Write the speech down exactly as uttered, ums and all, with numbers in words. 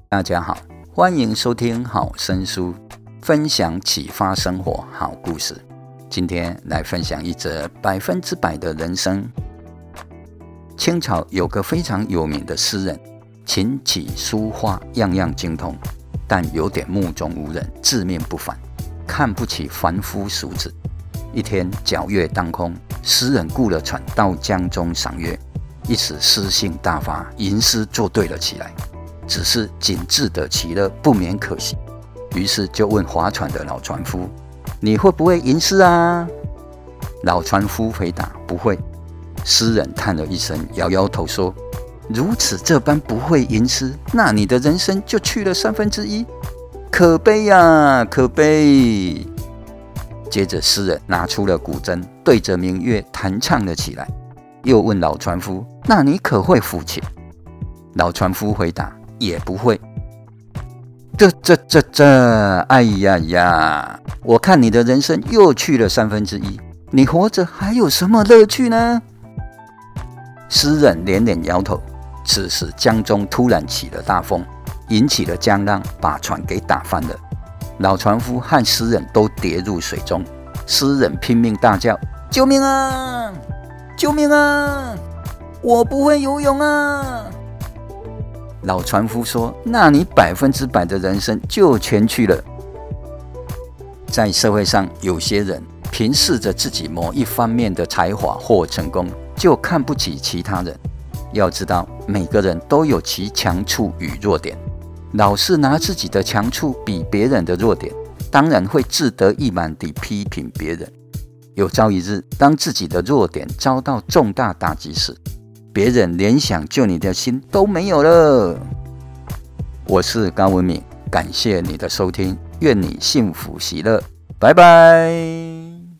大家好，欢迎收听好声书，分享启发生活好故事。今天来分享一则百分之百的人生。清朝有个非常有名的诗人，琴棋书画样样精通，但有点目中无人，自命不凡，看不起凡夫俗子。一天皎月当空，诗人雇了船到江中赏月，一时诗兴大发，吟诗作对了起来。只是仅自得其乐，不免可惜。于是就问划船的老船夫：“你会不会吟诗啊？”老船夫回答：“不会。”诗人叹了一声，摇摇头说：“如此这般不会吟诗，那你的人生就去了三分之一，可悲呀，可悲！”接着诗人拿出了古筝，对着明月弹唱了起来。又问老船夫：“那你可会抚琴？”老船夫回答：“也不会。”这这这这，哎呀呀！我看你的人生又去了三分之一，你活着还有什么乐趣呢？诗人连连摇头。此时江中突然起了大风，引起了江浪，把船给打翻了。老船夫和诗人都跌入水中，诗人拼命大叫：“救命啊！救命啊！我不会游泳啊！”老船夫说：“那你百分之百的人生就全去了。”在社会上，有些人凭视着自己某一方面的才华或成功，就看不起其他人。要知道，每个人都有其强处与弱点，老是拿自己的强处比别人的弱点，当然会自得意满地批评别人。有朝一日，当自己的弱点遭到重大打击时，别人连想救你的心都没有了。我是高文敏，感谢你的收听，愿你幸福喜乐，拜拜。